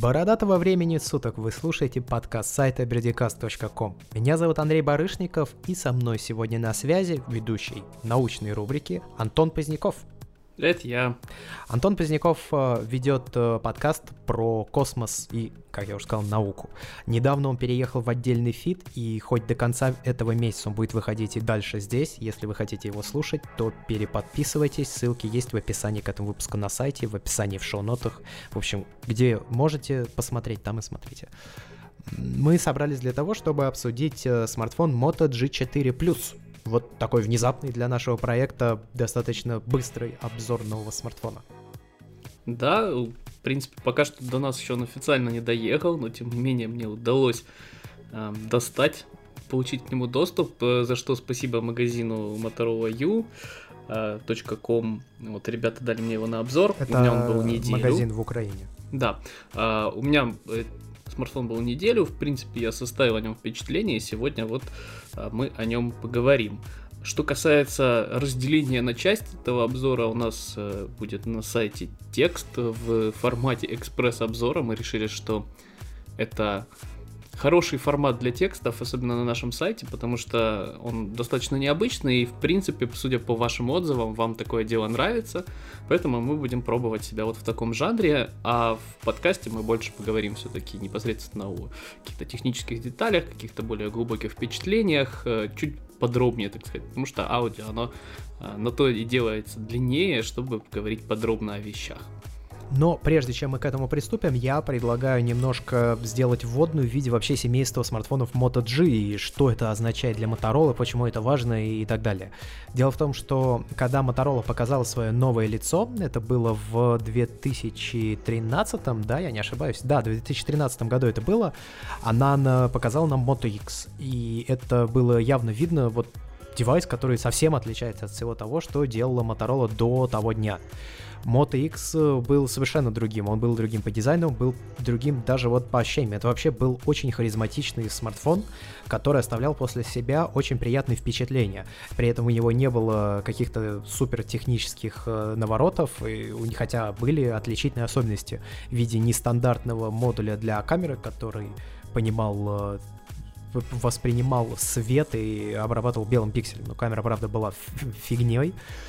Бородатого времени суток вы слушаете подкаст сайта birdicast.com. Меня зовут Андрей Барышников, и со мной сегодня на связи ведущий научной рубрики Антон Поздняков. Это я. Антон Поздняков ведет подкаст про космос и, как я уже сказал, науку. Недавно он переехал в отдельный фид, и хоть до конца этого месяца он будет выходить и дальше здесь. Если вы хотите его слушать, то переподписывайтесь. Ссылки есть в описании к этому выпуску на сайте, в описании в шоу-нотах. В общем, где можете посмотреть, там и смотрите. Мы собрались для того, чтобы обсудить смартфон Moto G4 Plus. Вот такой внезапный для нашего проекта достаточно быстрый обзор нового смартфона. Да, в принципе, пока что до нас еще он официально не доехал, но тем не менее мне удалось достать, получить к нему доступ, за что спасибо магазину motorola.com. Вот ребята дали мне его на обзор. Это у меня он был неделю. Магазин в Украине. Да, у меня смартфон был неделю, в принципе, я составил о нем впечатление, и сегодня вот мы о нем поговорим. Что касается разделения на части этого обзора, у нас будет на сайте текст в формате экспресс-обзора. Мы решили, что это хороший формат для текстов, особенно на нашем сайте, потому что он достаточно необычный, и, в принципе, судя по вашим отзывам, вам такое дело нравится, поэтому мы будем пробовать себя вот в таком жанре, а в подкасте мы больше поговорим все-таки непосредственно о каких-то технических деталях, каких-то более глубоких впечатлениях, чуть подробнее, так сказать, потому что аудио, оно на то и делается длиннее, чтобы говорить подробно о вещах. Но прежде чем мы к этому приступим, я предлагаю немножко сделать вводную в виде вообще семейства смартфонов Moto G, и что это означает для Motorola, почему это важно и так далее. Дело в том, что когда Motorola показала свое новое лицо, это было в 2013, да, я не ошибаюсь, да, в 2013 году это было, она показала нам Moto X, и это было явно видно, вот девайс, который совсем отличается от всего того, что делала Motorola до того дня. Moto X был совершенно другим, он был другим по дизайну, был другим даже вот по ощущениям. Это вообще был очень харизматичный смартфон, который оставлял после себя очень приятные впечатления. При этом у него не было каких-то супер технических наворотов, хотя были отличительные особенности в виде нестандартного модуля для камеры, который воспринимал свет и обрабатывал белым пикселем. Но камера, правда, была фигней.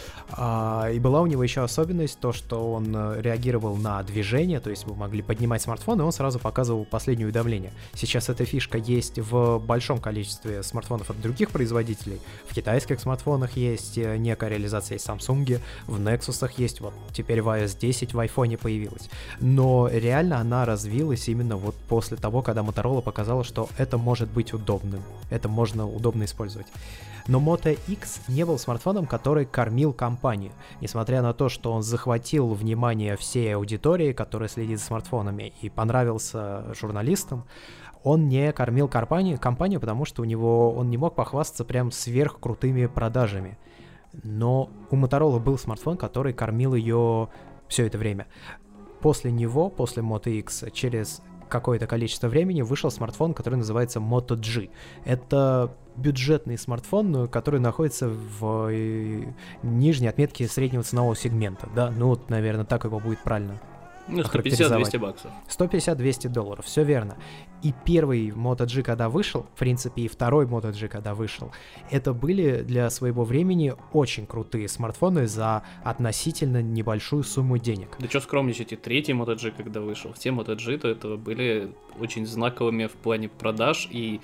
И была у него еще особенность, то, что он реагировал на движение, то есть вы могли поднимать смартфон, и он сразу показывал последнее уведомление. Сейчас эта фишка есть в большом количестве смартфонов от других производителей. В китайских смартфонах есть некая реализация, есть в Samsung, в Nexus есть, вот теперь в iOS 10 в iPhone появилась. Но реально она развилась именно вот после того, когда Motorola показала, что это может быть удобным, это можно удобно использовать. Но Moto X не был смартфоном, который кормил компанию. Несмотря на то, что он захватил внимание всей аудитории, которая следит за смартфонами, и понравился журналистам, он не кормил компанию, потому что он не мог похвастаться прям сверхкрутыми продажами. Но у Motorola был смартфон, который кормил ее все это время. После него, после Moto X, через какое-то количество времени вышел смартфон, который называется Moto G. Это бюджетный смартфон, который находится в нижней отметке среднего ценового сегмента, да, ну вот, наверное, так его будет правильно 150-200 баксов. 150-200 долларов, все верно. И первый Moto G, когда вышел, в принципе, и второй Moto G, когда вышел, это были для своего времени очень крутые смартфоны за относительно небольшую сумму денег. Да что скромничать, и третий Moto G, когда вышел, все Moto G, то это были очень знаковыми в плане продаж, и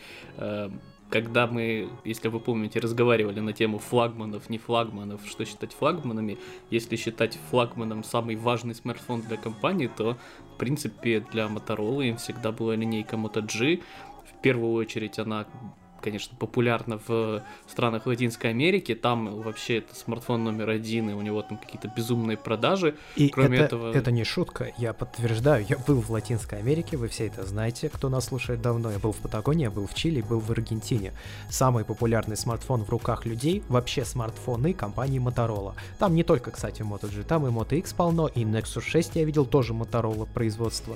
когда мы, если вы помните, разговаривали на тему флагманов, не флагманов, что считать флагманами, если считать флагманом самый важный смартфон для компании, то, в принципе, для Motorola им всегда была линейка Moto G. В первую очередь она, конечно, популярна в странах Латинской Америки, там вообще это смартфон номер один, и у него там какие-то безумные продажи. И кроме этого... это не шутка, я подтверждаю, я был в Латинской Америке, вы все это знаете, кто нас слушает давно, я был в Патагонии, я был в Чили, был в Аргентине. Самый популярный смартфон в руках людей, вообще смартфоны компании Motorola. Там не только, кстати, Moto G, там и Moto X полно, и Nexus 6 я видел, тоже Motorola производства.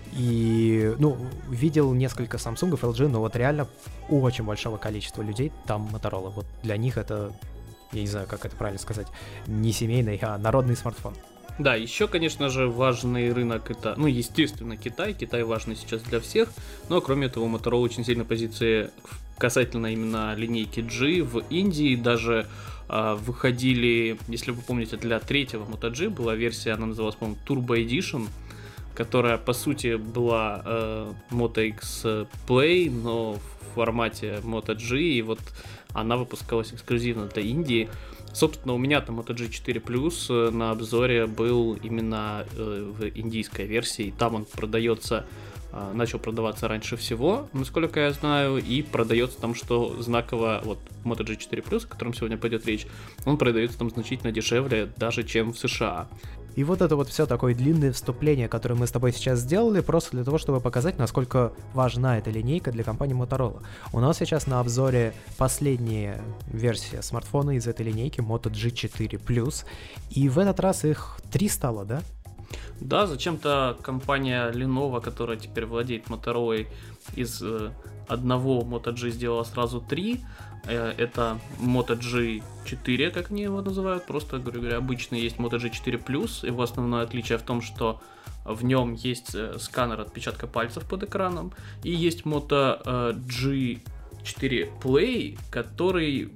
И, видел несколько Samsung, LG, но вот реально у очень большого количества людей там Motorola. Вот для них это, я не знаю, как это правильно сказать, не семейный, а народный смартфон. Да, еще, конечно же, важный рынок это, ну, естественно, Китай. Китай важный сейчас для всех, но кроме этого Motorola очень сильно позиции касательно именно линейки G в Индии. Даже выходили, если вы помните, для третьего Moto G была версия, она называлась, по-моему, Turbo Edition, которая, по сути, была Moto X Play, но в формате Moto G, и вот она выпускалась эксклюзивно для Индии. Собственно, у меня там Moto G4 Plus на обзоре был именно в индийской версии. Там он продается, начал продаваться раньше всего, насколько я знаю, и продается там, что знаково, вот Moto G4 Plus, о котором сегодня пойдет речь, он продается там значительно дешевле даже, чем в США. И вот это вот все такое длинное вступление, которое мы с тобой сейчас сделали, просто для того, чтобы показать, насколько важна эта линейка для компании Motorola. У нас сейчас на обзоре последняя версия смартфона из этой линейки, Moto G4 Plus, и в этот раз их 3 стало, да? Да, зачем-то компания Lenovo, которая теперь владеет Motorola, из одного Moto G сделала сразу 3. Это Moto G4, как они его называют, просто, говоря, обычный есть Moto G4 Plus. Его основное отличие в том, что в нем есть сканер отпечатка пальцев под экраном, и есть Moto G4 Play, который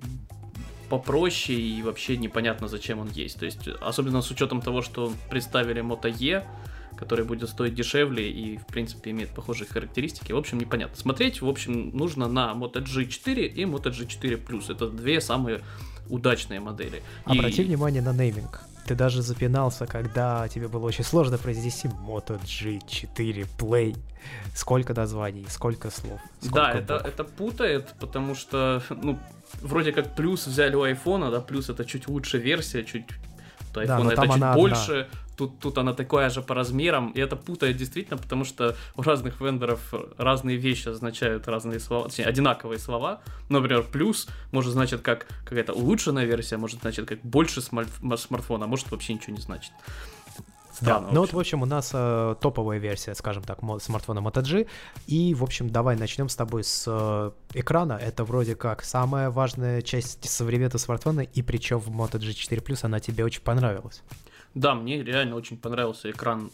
попроще и вообще непонятно, зачем он есть. То есть, особенно с учетом того, что представили Moto E, который будет стоить дешевле и, в принципе, имеет похожие характеристики. В общем, непонятно. Смотреть, в общем, нужно на Moto G4 и Moto G4 Plus. Это две самые удачные модели. Обрати внимание на нейминг. Ты даже запинался, когда тебе было очень сложно произнести Moto G4 Play. Сколько названий, сколько слов. Сколько да, это путает, потому что, ну, вроде как плюс взяли у айфона, да, плюс это чуть лучше версия, чуть... iPhone да, это чуть больше, тут она такая же по размерам, и это путает действительно, потому что у разных вендоров разные вещи означают разные слова, точнее, одинаковые слова. Например, плюс может значить как какая-то улучшенная версия, может значить как больше смартфона, а может вообще ничего не значит. Странно, да, ну вот, в общем, у нас топовая версия, скажем так, смартфона Moto G, и, в общем, давай начнем с тобой с экрана. Это вроде как самая важная часть современного смартфона, и причем в Moto G4 Plus она тебе очень понравилась. Да, мне реально очень понравился экран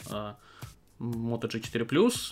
Moto G4 Plus.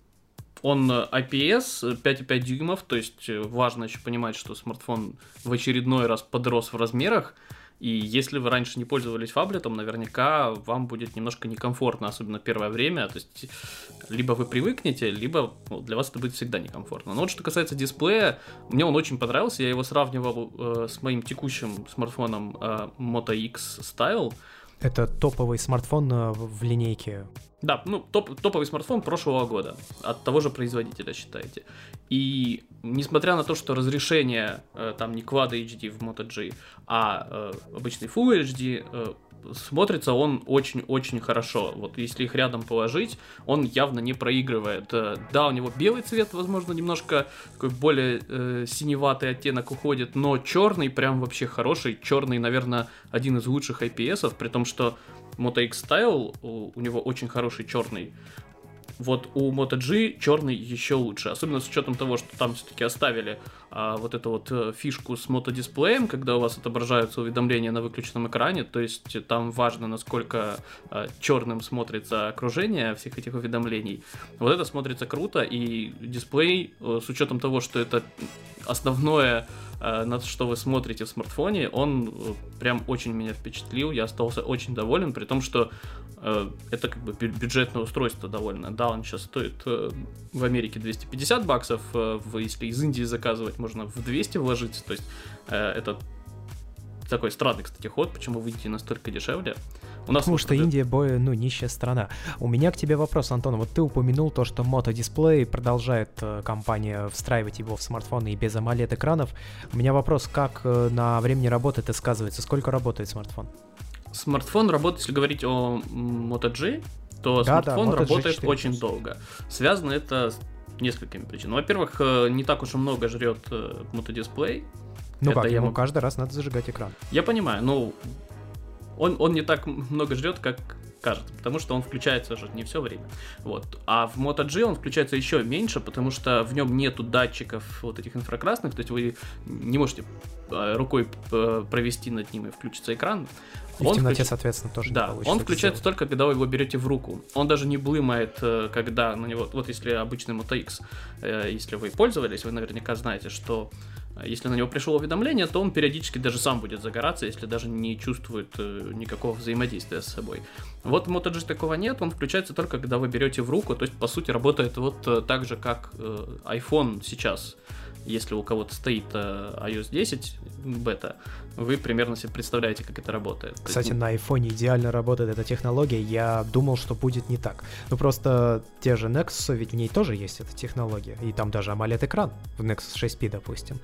Он IPS 5,5 дюймов, то есть важно еще понимать, что смартфон в очередной раз подрос в размерах. И если вы раньше не пользовались фаблетом, наверняка вам будет немножко некомфортно, особенно первое время. То есть либо вы привыкнете, либо для вас это будет всегда некомфортно. Но вот что касается дисплея, мне он очень понравился. Я его сравнивал с моим текущим смартфоном Moto X Style. Это топовый смартфон в линейке. Да, ну, топовый смартфон прошлого года. От того же производителя, считайте. И несмотря на то, что разрешение там не Quad HD в Moto G, а обычный Full HD, смотрится он очень-очень хорошо. Вот если их рядом положить, он явно не проигрывает. Да, у него белый цвет, возможно, немножко такой более синеватый оттенок уходит, но черный прям вообще хороший. Черный, наверное, один из лучших IPS-ов, при том, что Moto X Style, у него очень хороший черный. Вот у Moto G черный еще лучше, особенно с учетом того, что там все-таки оставили вот эту вот фишку с мотодисплеем, когда у вас отображаются уведомления на выключенном экране, то есть там важно, насколько черным смотрится окружение всех этих уведомлений. Вот это смотрится круто, и дисплей, с учетом того, что это основное, на что вы смотрите в смартфоне, он прям очень меня впечатлил, я остался очень доволен, при том, что это как бы бюджетное устройство довольно. Да, он сейчас стоит в Америке $250, если из Индии заказывать, можно в 200 вложиться, то есть это такой странный, кстати, ход, почему в Индии настолько дешевле. У нас потому что Индия более, нищая страна. У меня к тебе вопрос, Антон. Вот ты упомянул то, что мотодисплей продолжает компания встраивать его в смартфоны и без AMOLED-экранов. У меня вопрос, как на времени работы это сказывается? Сколько работает смартфон? Смартфон работает, если говорить о Moto G, то смартфон работает очень долго. Связано это с несколькими причинами. Во-первых, не так уж и много жрет мотодисплей. Ну это как, ему каждый раз надо зажигать экран. Я понимаю, но он не так много жрет, как кажется, потому что он включается уже не все время. Вот. А в Moto G он включается еще меньше, потому что в нем нету датчиков вот этих инфракрасных, то есть вы не можете рукой провести над ним и включится экран. И в темноте, соответственно, тоже да, не получится. Он включается только, когда вы его берете в руку. Он даже не блымает, когда на него... Вот если обычный Moto X, если вы пользовались, вы наверняка знаете, что если на него пришло уведомление, то он периодически даже сам будет загораться, если даже не чувствует никакого взаимодействия с собой. Вот в Moto G такого нет, он включается только, когда вы берете в руку, то есть, по сути, работает вот так же, как iPhone сейчас. Если у кого-то стоит iOS 10 бета, вы примерно себе представляете, как это работает. Кстати, на iPhone идеально работает эта технология. Я думал, что будет не так. Ну просто те же Nexus, ведь в ней тоже есть эта технология. И там даже AMOLED-экран в Nexus 6P, допустим.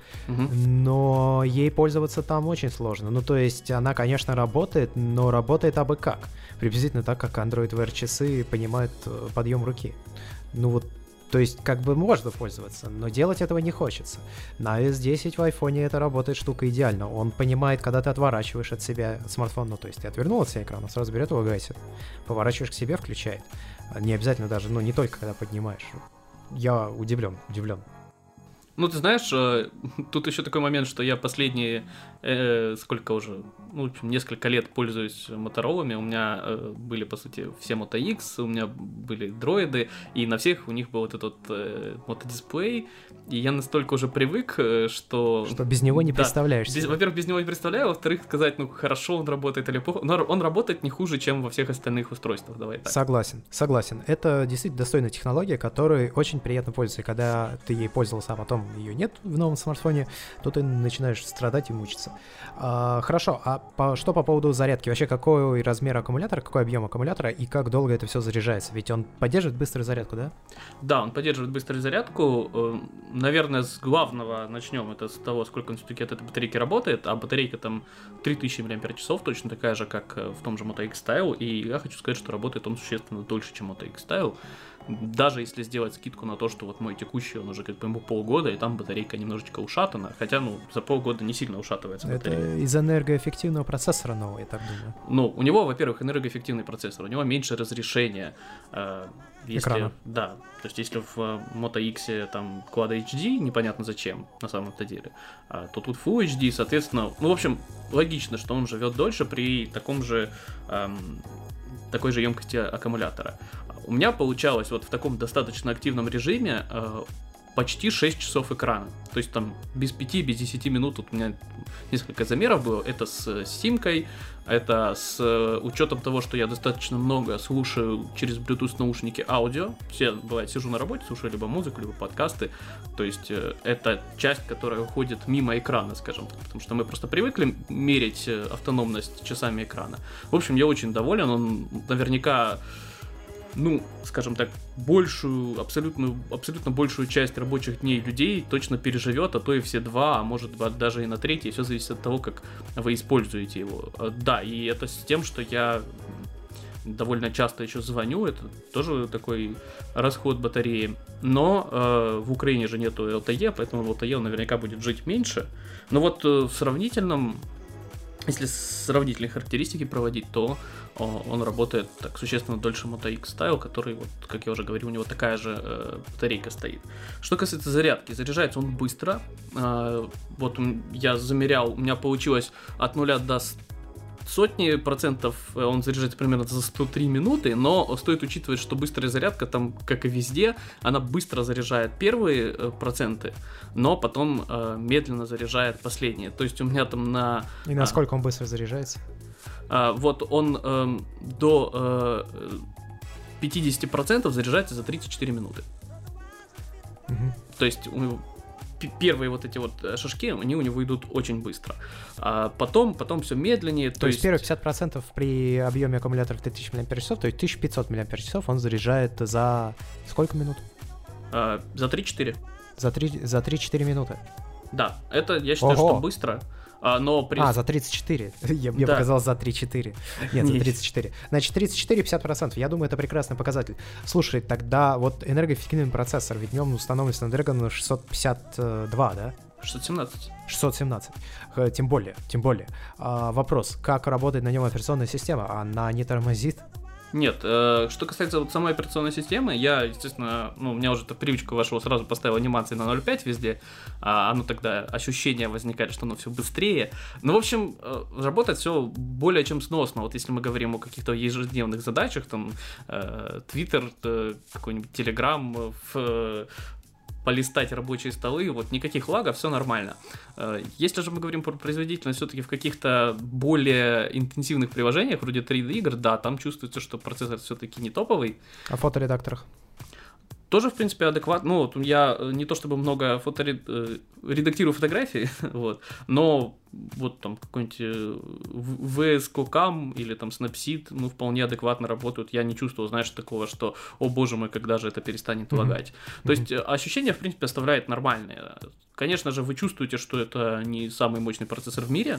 Но ей пользоваться там очень сложно. Ну то есть она, конечно, работает, но работает абы как. Приблизительно так, как Android Wear часы понимают подъем руки. Ну вот. То есть, как бы можно пользоваться, но делать этого не хочется. На iOS 10 в iPhone это работает штука идеально. Он понимает, когда ты отворачиваешь от себя смартфон, ну, то есть ты отвернул от себя экран, он сразу берет его, гасит. Поворачиваешь к себе, включает. Не обязательно даже, ну, не только когда поднимаешь. Я удивлен. Ну, ты знаешь, тут еще такой момент, что я последние, сколько уже, ну, в общем, несколько лет пользуюсь Моторолами. У меня были, по сути, все Moto X, у меня были дроиды, и на всех у них был вот этот мотодисплей, и я настолько уже привык, что... Что без него не представляешь себе. Во-первых, без него не представляю, во-вторых, сказать, ну, хорошо он работает или плохо. Он работает не хуже, чем во всех остальных устройствах, давай так. Согласен. Это действительно достойная технология, которой очень приятно пользоваться. И когда ты ей пользовался, а потом ее нет в новом смартфоне, то ты начинаешь страдать и мучиться. Хорошо, что по поводу зарядки? Вообще, какой размер аккумулятора, какой объем аккумулятора и как долго это все заряжается? Ведь он поддерживает быструю зарядку, да? Да, он поддерживает быструю зарядку. Наверное, с главного начнем. Это с того, сколько он все-таки от этой батарейки работает. А батарейка там 3000 мАч, точно такая же, как в том же Moto X Style. И я хочу сказать, что работает он существенно дольше, чем Moto X Style. Даже если сделать скидку на то, что вот мой текущий, он уже как бы ему полгода, и там батарейка немножечко ушатана, хотя, ну, за полгода не сильно ушатывается батарейка. Это из энергоэффективного процессора нового, я так думаю. Ну, у него, во-первых, энергоэффективный процессор, у него меньше разрешения. Экрана. Да, то есть если в Moto X там Quad HD, непонятно зачем, на самом-то деле, то тут Full HD, соответственно, ну, в общем, логично, что он живет дольше при такой же емкости аккумулятора. У меня получалось вот в таком достаточно активном режиме почти 6 часов экрана. То есть там без 5, без 10 минут, тут у меня несколько замеров было. Это с симкой, это с учетом того, что я достаточно много слушаю через Bluetooth наушники аудио. Все, бывает, сижу на работе, слушаю либо музыку, либо подкасты. То есть это часть, которая уходит мимо экрана, скажем так. Потому что мы просто привыкли мерить автономность часами экрана. В общем, я очень доволен. Он наверняка... ну, скажем так, абсолютно большую часть рабочих дней людей точно переживет, а то и все 2, а может быть даже и на 3, все зависит от того, как вы используете его. Да, и это с тем, что я довольно часто еще звоню, это тоже такой расход батареи, но в Украине же нету LTE, поэтому в LTE он наверняка будет жить меньше, но вот в сравнительном, если сравнительные характеристики проводить, то он работает так существенно дольше Moto X Style, который, вот, как я уже говорил, у него такая же батарейка стоит. Что касается зарядки, заряжается он быстро. Вот я замерял, у меня получилось от 0 до 100%, он заряжается примерно за 103 минуты, но стоит учитывать, что быстрая зарядка там, как и везде, она быстро заряжает первые проценты, но потом медленно заряжает последние. То есть у меня там на... И насколько он быстро заряжается? Вот он до 50% заряжается за 34 минуты. Угу. То есть первые вот эти вот шажки, они у него идут очень быстро. А потом все медленнее. То есть первые 50% при объеме аккумулятора в 3000 мАч, то есть 1500 мАч он заряжает за сколько минут? За 3-4. За 3-4 минуты. Да, это я считаю, что быстро. Но за 34. Мне показалось за 3-4. Нет, за 34. Значит, 34-50%. Я думаю, это прекрасный показатель. Слушай, тогда вот энергоэффективный процессор, ведь в нем установлен Snapdragon 652, да? 617. 617. Тем более. Вопрос, как работает на нем операционная система? Она не тормозит? Нет, что касается вот самой операционной системы, я, естественно, у меня уже привычка вашего сразу поставил анимации на 0.5 везде, а оно тогда ощущение возникает, что оно все быстрее. Ну, в общем, работает все более чем сносно. Вот если мы говорим о каких-то ежедневных задачах, там, Twitter, какой-нибудь Telegram, полистать рабочие столы, вот никаких лагов, все нормально. Если же мы говорим про производительность все-таки в каких-то более интенсивных приложениях, вроде 3D игр, да, там чувствуется, что процессор все-таки не топовый. А в фоторедакторах? Тоже, в принципе, адекватно. Ну, вот я не то чтобы много редактирую фотографии, вот, но вот там какой-нибудь VS Cocam или там Snapseed, ну, вполне адекватно работают. Я не чувствовал, знаешь, такого, что, о боже мой, когда же это перестанет лагать. То есть ощущение, в принципе, оставляет нормальные. Конечно же, вы чувствуете, что это не самый мощный процессор в мире,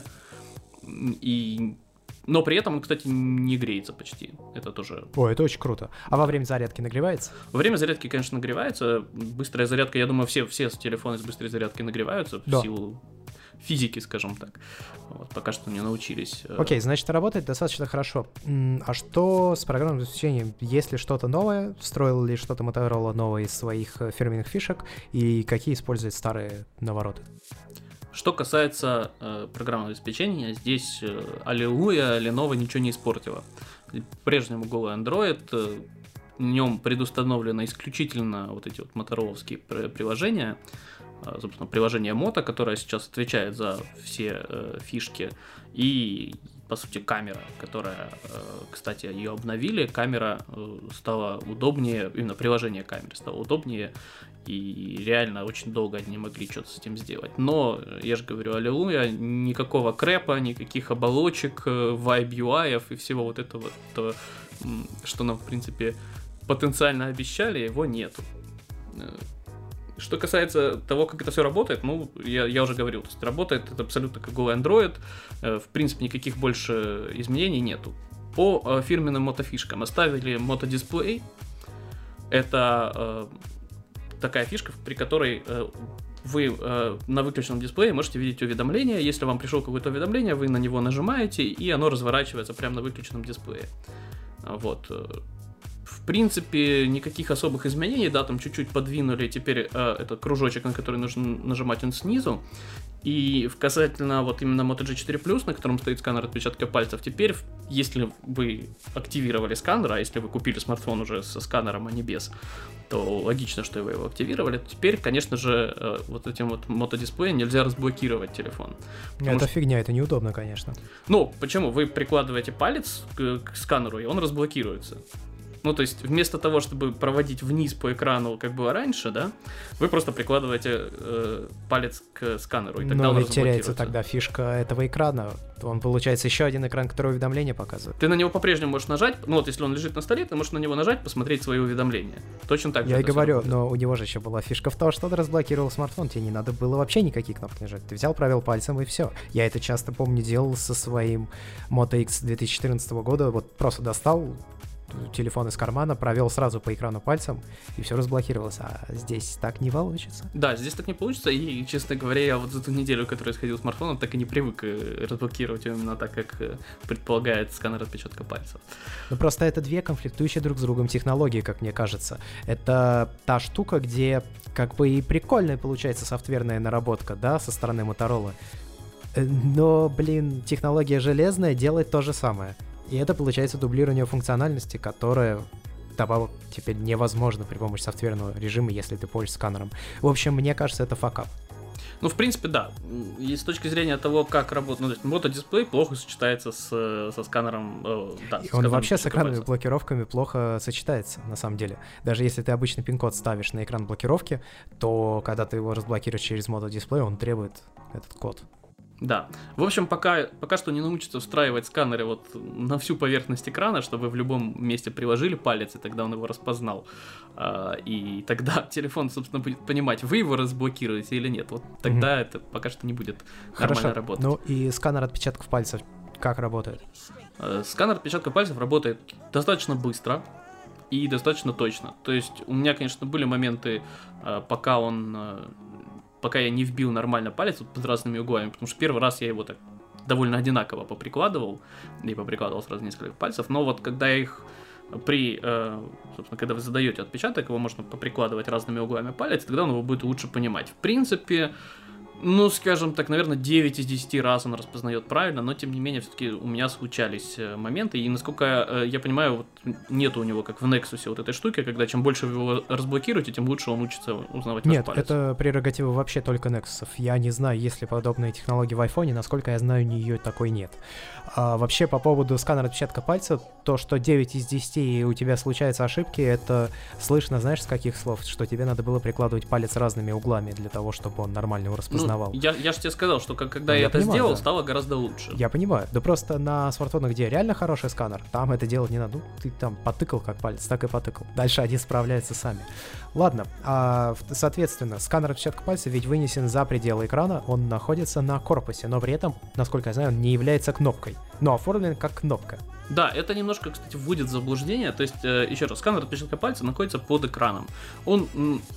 но при этом он, кстати, не греется почти. Это тоже... Ой, это очень круто. А во время зарядки нагревается? Во время зарядки, конечно, нагревается. Быстрая зарядка, я думаю, все телефоны с быстрой зарядкой нагреваются в силу физики, скажем так. Вот, пока что не научились. Окей, значит, работает достаточно хорошо. А что с программным обеспечением? Есть ли что-то новое? Встроил ли что-то Motorola новое из своих фирменных фишек? И какие используют старые навороты? Что касается программного обеспечения, здесь аллилуйя, Lenovo ничего не испортила. По-прежнему голый Android, в нем предустановлены исключительно вот эти вот мотороловские приложения, собственно, приложение Moto, которое сейчас отвечает за все фишки, и, по сути, камера, которая, кстати, ее обновили, камера стала удобнее, именно приложение камеры стало удобнее, и реально очень долго они не могли что-то с этим сделать. Но, я же говорю, аллилуйя, никакого крэпа, никаких оболочек, Vibe UI и всего вот этого, что нам, в принципе, потенциально обещали, его нету. Что касается того, как это все работает, ну, я уже говорил, то есть работает это абсолютно как голый Android, в принципе, никаких больше изменений нету. По фирменным мотофишкам оставили мотодисплей, это такая фишка, при которой вы на выключенном дисплее можете видеть уведомления, если вам пришло какое-то уведомление, вы на него нажимаете, и оно разворачивается прямо на выключенном дисплее. Вот. В принципе, никаких особых изменений, да, там чуть-чуть подвинули теперь этот кружочек, на который нужно нажимать, он снизу. И касательно вот именно Moto G4 Plus, на котором стоит сканер отпечатков пальцев, теперь, если вы активировали сканер, а если вы купили смартфон уже со сканером, а не без, то логично, что вы его активировали. Теперь, конечно же, вот этим вот мотодисплеем нельзя разблокировать телефон. Это фигня, это неудобно, конечно. Ну, почему? Вы прикладываете палец к сканеру, и он разблокируется. Ну, то есть, вместо того, чтобы проводить вниз по экрану, как было раньше, да, вы просто прикладываете палец к сканеру, и тогда он ведь теряется разблокируется. тогда фишка этого экрана. Он, получается, еще один экран, который уведомление показывает. Ты на него по-прежнему можешь нажать, ну, вот если он лежит на столе, ты можешь на него нажать, посмотреть свои уведомления. Точно так же. Я и говорю, но у него же еще была фишка в том, что ты разблокировал смартфон, тебе не надо было вообще никакие кнопки нажать. Ты взял, провел пальцем, и все. Я это часто, помню, делал со своим Moto X 2014 года, вот просто достал телефон из кармана, провел сразу по экрану пальцем, и все разблокировалось. А здесь так не получится. Да, здесь так не получится, и, честно говоря, я вот за ту неделю, которую я сходил с смартфоном, так и не привык разблокировать именно так, как предполагает сканер отпечатка пальцев. Ну просто это две конфликтующие друг с другом технологии, как мне кажется. Это та штука, где как бы и прикольная получается софтверная наработка, да, со стороны Motorola. Но, блин, технология железная делает то же самое. И это получается дублирование функциональности, которая добавок теперь невозможно при помощи софтверного режима, если ты пользуешься сканером. В общем, мне кажется, это факап. Ну, в принципе, да. И с точки зрения того, как работает... Ну, то есть, мотодисплей плохо сочетается со сканером... Да, и он вообще с экранными блокировками плохо сочетается, на самом деле. Даже если ты обычный пин-код ставишь на экран блокировки, то когда ты его разблокируешь через мотодисплей, он требует этот код. Да. В общем, пока что не научится встраивать сканеры вот на всю поверхность экрана, чтобы в любом месте приложили палец, и тогда он его распознал. И тогда телефон, собственно, будет понимать, вы его разблокируете или нет. Вот тогда это пока что не будет нормально работать. Ну и сканер отпечатков пальцев как работает? Сканер отпечатков пальцев работает достаточно быстро и достаточно точно. То есть у меня, конечно, были моменты, пока я не вбил нормально палец вот под разными углами, потому что первый раз я его так довольно одинаково поприкладывал сразу несколько пальцев, но вот когда я их собственно, когда вы задаете отпечаток, его можно поприкладывать разными углами палец, тогда он его будет лучше понимать. В принципе, ну, скажем так, наверное, 9 из 10 раз он распознает правильно, но, тем не менее, все-таки у меня случались моменты, и, насколько я понимаю, вот нету у него, как в Nexus, вот этой штуки, когда чем больше вы его разблокируете, тем лучше он учится узнавать ваш палец. Нет, это прерогатива вообще только Nexus. Я не знаю, есть ли подобные технологии в iPhone, насколько я знаю, у нее такой нет. Вообще, по поводу сканера отпечатка пальца, то, что 9 из 10 у тебя случаются ошибки, это слышно, знаешь, с каких слов? Что тебе надо было прикладывать палец разными углами для того, чтобы он нормально его распознавал. Ну, я же тебе сказал, что когда я это понимаю, сделал, да. стало гораздо лучше. Я понимаю. Да просто на смартфонах, где реально хороший сканер, там это делать не надо. Ну, ты там потыкал как палец, так и потыкал. Дальше они справляются сами. Ладно, соответственно, сканер отпечатка пальца ведь вынесен за пределы экрана, он находится на корпусе, но при этом, насколько я знаю, он не является кнопкой, но оформлен как кнопка. Да, это немножко, кстати, вводит в заблуждение. То есть, еще раз, сканер отпечатка пальца находится под экраном. Он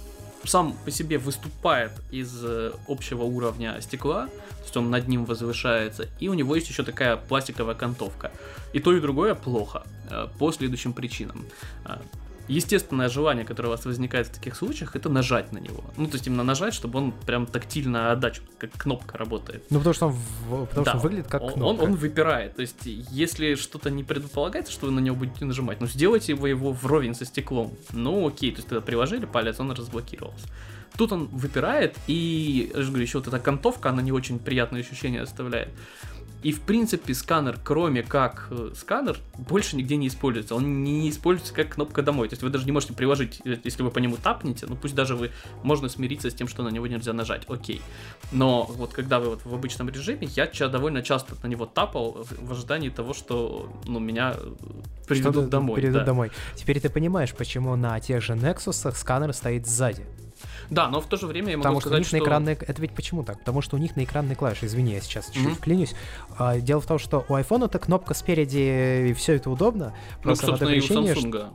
сам по себе выступает из общего уровня стекла, то есть он над ним возвышается, и у него есть еще такая пластиковая окантовка. И то, и другое плохо по следующим причинам. Естественное желание, которое у вас возникает в таких случаях, это нажать на него. Ну, то есть именно нажать, чтобы он прям тактильно отдачу, как кнопка работает. Ну, потому что он выглядит как кнопка. Он выпирает. То есть, если что-то не предполагается, что вы на него будете нажимать, ну, сделайте его вровень со стеклом. Ну, окей, то есть, когда приложили палец, он разблокировался. Тут он выпирает, и, я же говорю, еще вот эта окантовка, она не очень приятные ощущения оставляет. И, в принципе, сканер, кроме как сканер, больше нигде не используется. Он не используется как кнопка «Домой». То есть вы даже не можете приложить, если вы по нему тапнете, ну пусть даже можно смириться с тем, что на него нельзя нажать, окей. Но вот когда вы вот в обычном режиме, я довольно часто на него тапал в ожидании того, что меня приведут домой. Домой. Теперь ты понимаешь, почему на тех же Nexus'ах сканер стоит сзади. Да, но в то же время я могу сказать, что... Это ведь почему так? Потому что у них на экранной клавише, извини, я сейчас чуть-чуть вклинюсь. Дело в том, что у iPhone это кнопка спереди, и все это удобно. Просто собственно, и у Samsung,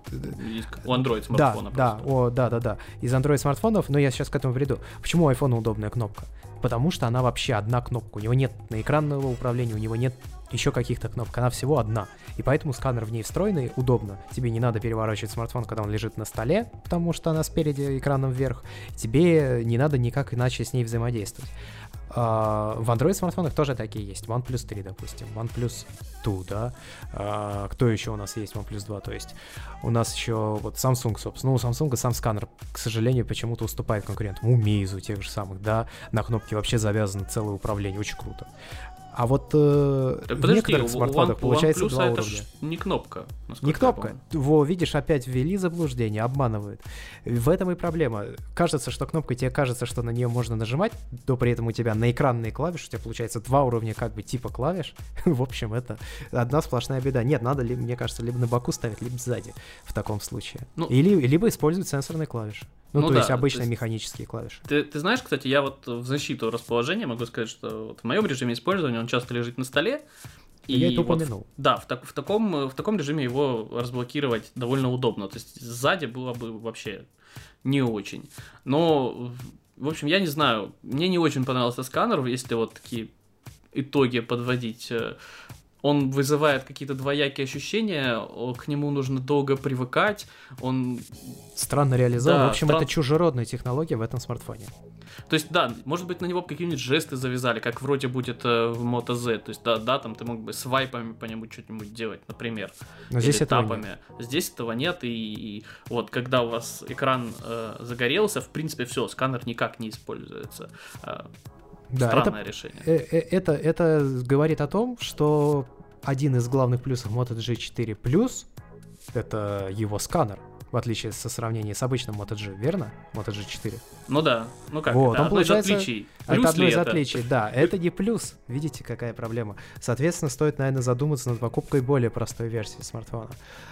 у Android смартфона. Да, из Android смартфонов, но я сейчас к этому приду. Почему у iPhone удобная кнопка? Потому что она вообще одна кнопка. У него нет наэкранного управления, у него нет еще каких-то кнопок, она всего одна. И поэтому сканер в ней встроенный, удобно. Тебе не надо переворачивать смартфон, когда он лежит на столе, потому что она спереди экраном вверх. Тебе не надо никак иначе с ней взаимодействовать. В Android смартфонах тоже такие есть. OnePlus 3, допустим, OnePlus 2, да. Кто еще у нас есть? OnePlus 2, то есть у нас еще вот Samsung, собственно. Ну, у Samsung сам сканер, к сожалению, почему-то уступает конкурентам. У Meizu тех же самых, да. На кнопке вообще завязано целое управление, очень круто. А вот в некоторых смартфонах получается два уровня. Это не кнопка. Не кнопка. Видишь, опять ввели заблуждение, обманывают. В этом и проблема. Кажется, что кнопка, тебе кажется, что на нее можно нажимать, но при этом у тебя на экранные клавиши, у тебя получается два уровня как бы типа клавиш. В общем, это одна сплошная беда. Нет, надо, мне кажется, либо на боку ставить, либо сзади в таком случае. Либо использовать сенсорные клавиши. То есть обычные механические клавиши. Ты знаешь, кстати, я вот в защиту расположения могу сказать, что вот в моем режиме использования он часто лежит на столе. И я это упомянул. Да, в таком режиме его разблокировать довольно удобно. То есть сзади было бы вообще не очень. Но, в общем, я не знаю, мне не очень понравился сканер, если вот такие итоги подводить. Он вызывает какие-то двоякие ощущения, к нему нужно долго привыкать, он... Странно реализован. Да, в общем, это чужеродная технология в этом смартфоне. То есть, да, может быть, на него какие-нибудь жесты завязали, как вроде будет в Moto Z. То есть, да, там ты мог бы свайпами по нему что-нибудь делать, например. Но здесь этого тапами. Нет. Здесь этого нет, и вот когда у вас экран загорелся, в принципе, все, сканер никак не используется. Да, странное решение. Это говорит о том, что один из главных плюсов Moto G4 Plus это его сканер, в отличие со сравнения с обычным Moto G, верно? Moto G4. Ну да, ну как, вот, это одно из отличий. Это одно из отличий, да, это не плюс. Видите, какая проблема? Соответственно, стоит, наверное, задуматься над покупкой более простой версии смартфона.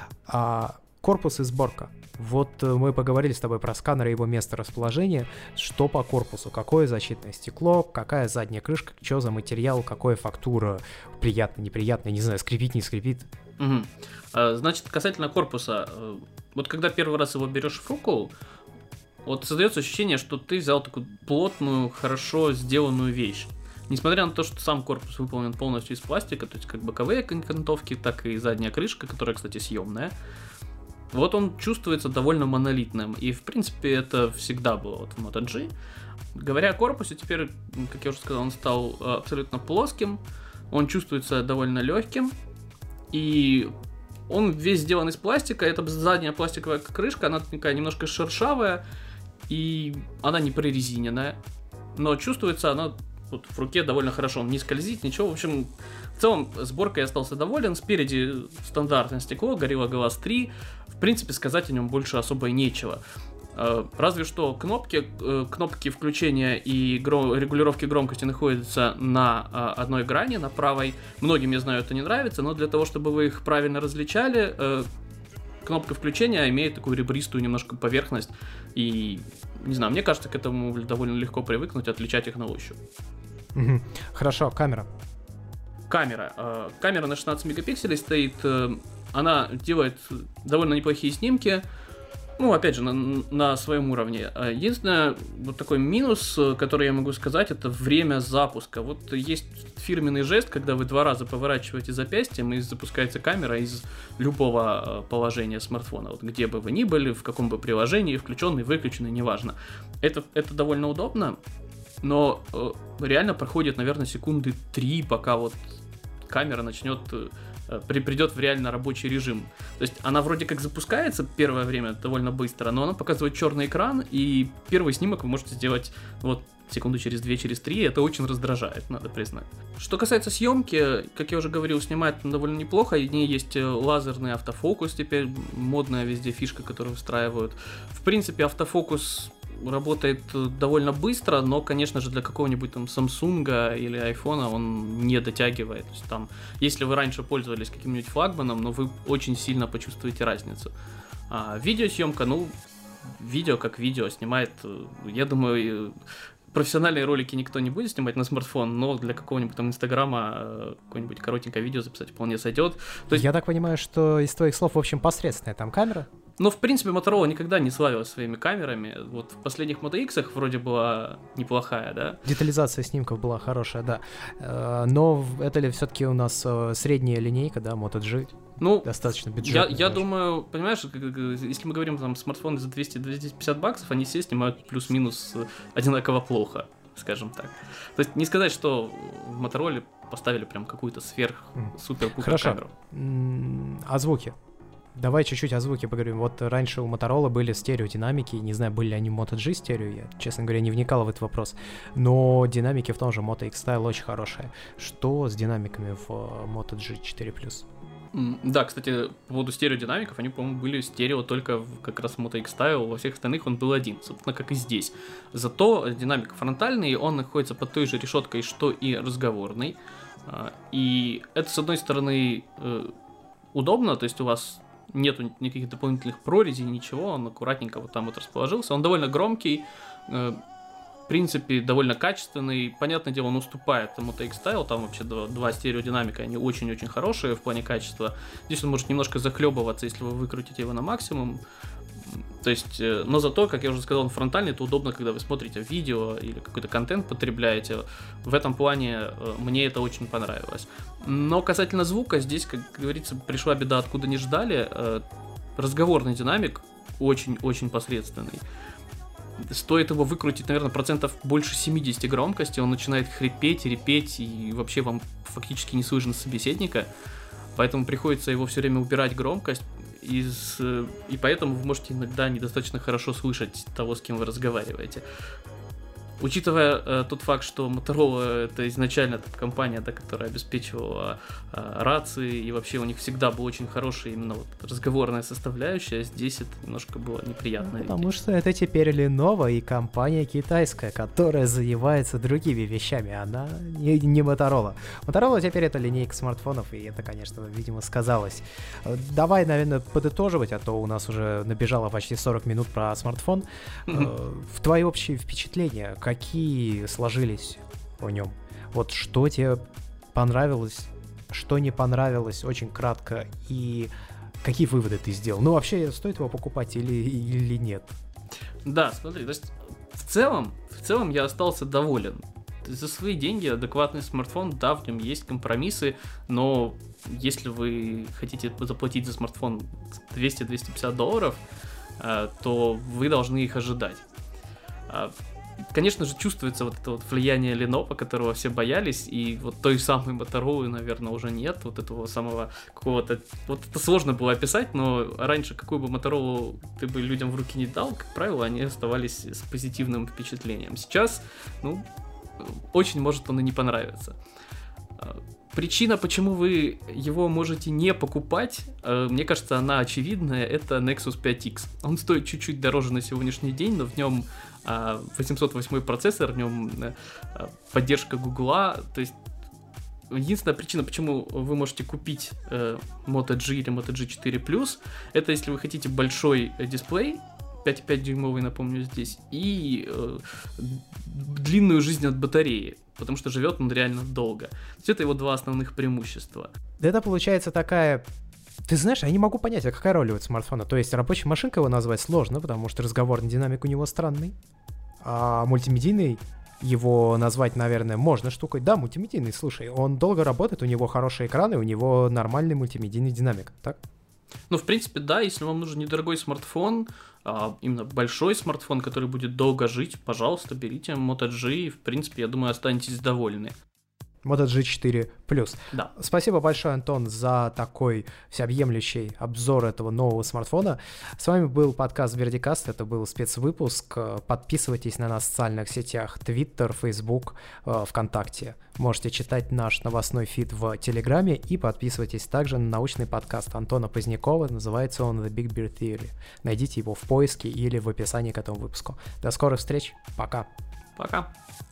Корпус и сборка. Вот мы поговорили с тобой про сканер и его место расположения. Что по корпусу? Какое защитное стекло? Какая задняя крышка? Что за материал? Какая фактура? Приятно, неприятно? Не знаю, скрипит, не скрипит? Угу. Значит, касательно корпуса. Вот когда первый раз его берешь в руку, вот создается ощущение, что ты взял такую плотную, хорошо сделанную вещь. Несмотря на то, что сам корпус выполнен полностью из пластика, то есть как боковые окантовки, так и задняя крышка, которая, кстати, съемная. Вот он чувствуется довольно монолитным, и в принципе это всегда было вот в Moto G. Говоря о корпусе, теперь, как я уже сказал, он стал абсолютно плоским, он чувствуется довольно легким, и он весь сделан из пластика. Это задняя пластиковая крышка, она такая немножко шершавая, и она не прорезиненная, но чувствуется она вот в руке довольно хорошо, он не скользит, ничего. В общем, в целом сборкой я остался доволен. Спереди стандартное стекло, Gorilla Glass 3. В принципе, сказать о нем больше особо и нечего. Разве что кнопки включения и регулировки громкости находятся на одной грани, на правой. Многим, я знаю, это не нравится, но для того, чтобы вы их правильно различали, кнопка включения имеет такую ребристую немножко поверхность. И, не знаю, мне кажется, к этому довольно легко привыкнуть, отличать их на ощупь. Хорошо, камера. Камера на 16 мегапикселей стоит. Она делает довольно неплохие снимки. Ну, опять же, на своем уровне. Единственное, вот такой минус, который я могу сказать, это время запуска. Вот есть фирменный жест, когда вы 2 раза поворачиваете запястьем, и запускается камера из любого положения смартфона. Вот где бы вы ни были, в каком бы приложении, включенный, выключенный, неважно. Это довольно удобно, но реально проходит, наверное, секунды 3, пока вот камера начнет... придет в реально рабочий режим. То есть она вроде как запускается первое время довольно быстро, но она показывает черный экран, и первый снимок вы можете сделать вот секунду через 2, через 3, это очень раздражает, надо признать. Что касается съемки, как я уже говорил, снимает довольно неплохо, в ней есть лазерный автофокус, теперь модная везде фишка, которую встраивают. В принципе, автофокус работает довольно быстро, но, конечно же, для какого-нибудь там Samsung или iPhone он не дотягивает. То есть, там, если вы раньше пользовались каким-нибудь флагманом, но вы очень сильно почувствуете разницу. Видеосъемка, видео как видео снимает, я думаю, профессиональные ролики никто не будет снимать на смартфон, но для какого-нибудь там Инстаграма какое-нибудь коротенькое видео записать вполне сойдет. То есть... Я так понимаю, что из твоих слов, в общем, посредственная там камера? Ну, в принципе, Motorola никогда не славилась своими камерами. Вот в последних Moto X вроде была неплохая, да? Детализация снимков была хорошая, да. Но это ли все-таки у нас средняя линейка, да, Moto G? Достаточно бюджетная. Я думаю, понимаешь, если мы говорим там смартфоны за 200-250 баксов, они все снимают плюс-минус одинаково плохо, скажем так. То есть не сказать, что в Motorola поставили прям какую-то супер-пупер камеру. А звуки? Давай чуть-чуть о звуке поговорим. Вот раньше у Motorola были стереодинамики, не знаю, были ли они в Moto G стерео, я, честно говоря, не вникал в этот вопрос, но динамики в том же Moto X-Style очень хорошие. Что с динамиками в Moto G 4+? Да, кстати, по поводу стереодинамиков, они, по-моему, были стерео только как раз в Moto X-Style, во всех остальных он был один, собственно, как и здесь. Зато динамик фронтальный, он находится под той же решеткой, что и разговорный, и это, с одной стороны, удобно, то есть у вас нету никаких дополнительных прорезей, ничего, он аккуратненько вот там вот расположился. Он довольно громкий, в принципе, довольно качественный. Понятное дело, он уступает Moto X-Style, там вообще два стереодинамика, они очень-очень хорошие в плане качества. Здесь он может немножко захлебываться, если вы выкрутите его на максимум. То есть, но зато, как я уже сказал, он фронтальный, это удобно, когда вы смотрите видео или какой-то контент потребляете. В этом плане мне это очень понравилось. Но касательно звука, здесь, как говорится, пришла беда, откуда не ждали. Разговорный динамик очень-очень посредственный. Стоит его выкрутить, наверное, процентов больше 70 громкости, он начинает хрипеть, репеть, и вообще вам фактически не слышно собеседника. Поэтому приходится его все время убирать громкость. И поэтому вы можете иногда недостаточно хорошо слышать того, с кем вы разговариваете. Учитывая тот факт, что Motorola это изначально компания, да, которая обеспечивала рации, и вообще у них всегда была очень хорошая именно вот разговорная составляющая, здесь это немножко было неприятно. Потому что это теперь Lenovo и компания китайская, которая занимается другими вещами, она не Motorola. Motorola теперь это линейка смартфонов, и это, конечно, видимо, сказалось. Давай, наверное, подытоживать, а то у нас уже набежало почти 40 минут про смартфон. В твои общие впечатления, какие сложились о нем? Вот что тебе понравилось, что не понравилось, очень кратко, и какие выводы ты сделал? Ну, вообще, стоит его покупать или нет? Да, смотри, то есть в целом я остался доволен. За свои деньги адекватный смартфон, да, в нем есть компромиссы, но если вы хотите заплатить за смартфон $200-250, то вы должны их ожидать. Конечно же, чувствуется вот это вот влияние Lenovo, которого все боялись, и вот той самой Motorola, наверное, уже нет, вот этого самого какого-то... Вот это сложно было описать, но раньше какую бы Motorola ты бы людям в руки не дал, как правило, они оставались с позитивным впечатлением. Сейчас, очень может он и не понравиться. Причина, почему вы его можете не покупать, мне кажется, она очевидная, это Nexus 5X. Он стоит чуть-чуть дороже на сегодняшний день, но в нем 808 процессор, в нем поддержка Гугла, то есть единственная причина, почему вы можете купить Moto G или Moto G4 Plus, это если вы хотите большой дисплей, 5,5 дюймовый, напомню, здесь, и длинную жизнь от батареи, потому что живет он реально долго. То есть это его два основных преимущества. Это получается такая... Ты знаешь, я не могу понять, а какая роль у этого смартфона? То есть рабочей машинкой его назвать сложно, потому что разговорный динамик у него странный, а мультимедийный его назвать, наверное, можно штукой. Да, мультимедийный, слушай, он долго работает, у него хорошие экраны, у него нормальный мультимедийный динамик, так? В принципе, да, если вам нужен недорогой смартфон, именно большой смартфон, который будет долго жить, пожалуйста, берите Moto G, и, в принципе, я думаю, останетесь довольны. Moto G4 Plus. Да. Спасибо большое, Антон, за такой всеобъемлющий обзор этого нового смартфона. С вами был подкаст Вердикаст, это был спецвыпуск. Подписывайтесь на нас в социальных сетях Twitter, Facebook, ВКонтакте. Можете читать наш новостной фид в Телеграме и подписывайтесь также на научный подкаст Антона Позднякова. Называется он The Big Bear Theory. Найдите его в поиске или в описании к этому выпуску. До скорых встреч. Пока. Пока.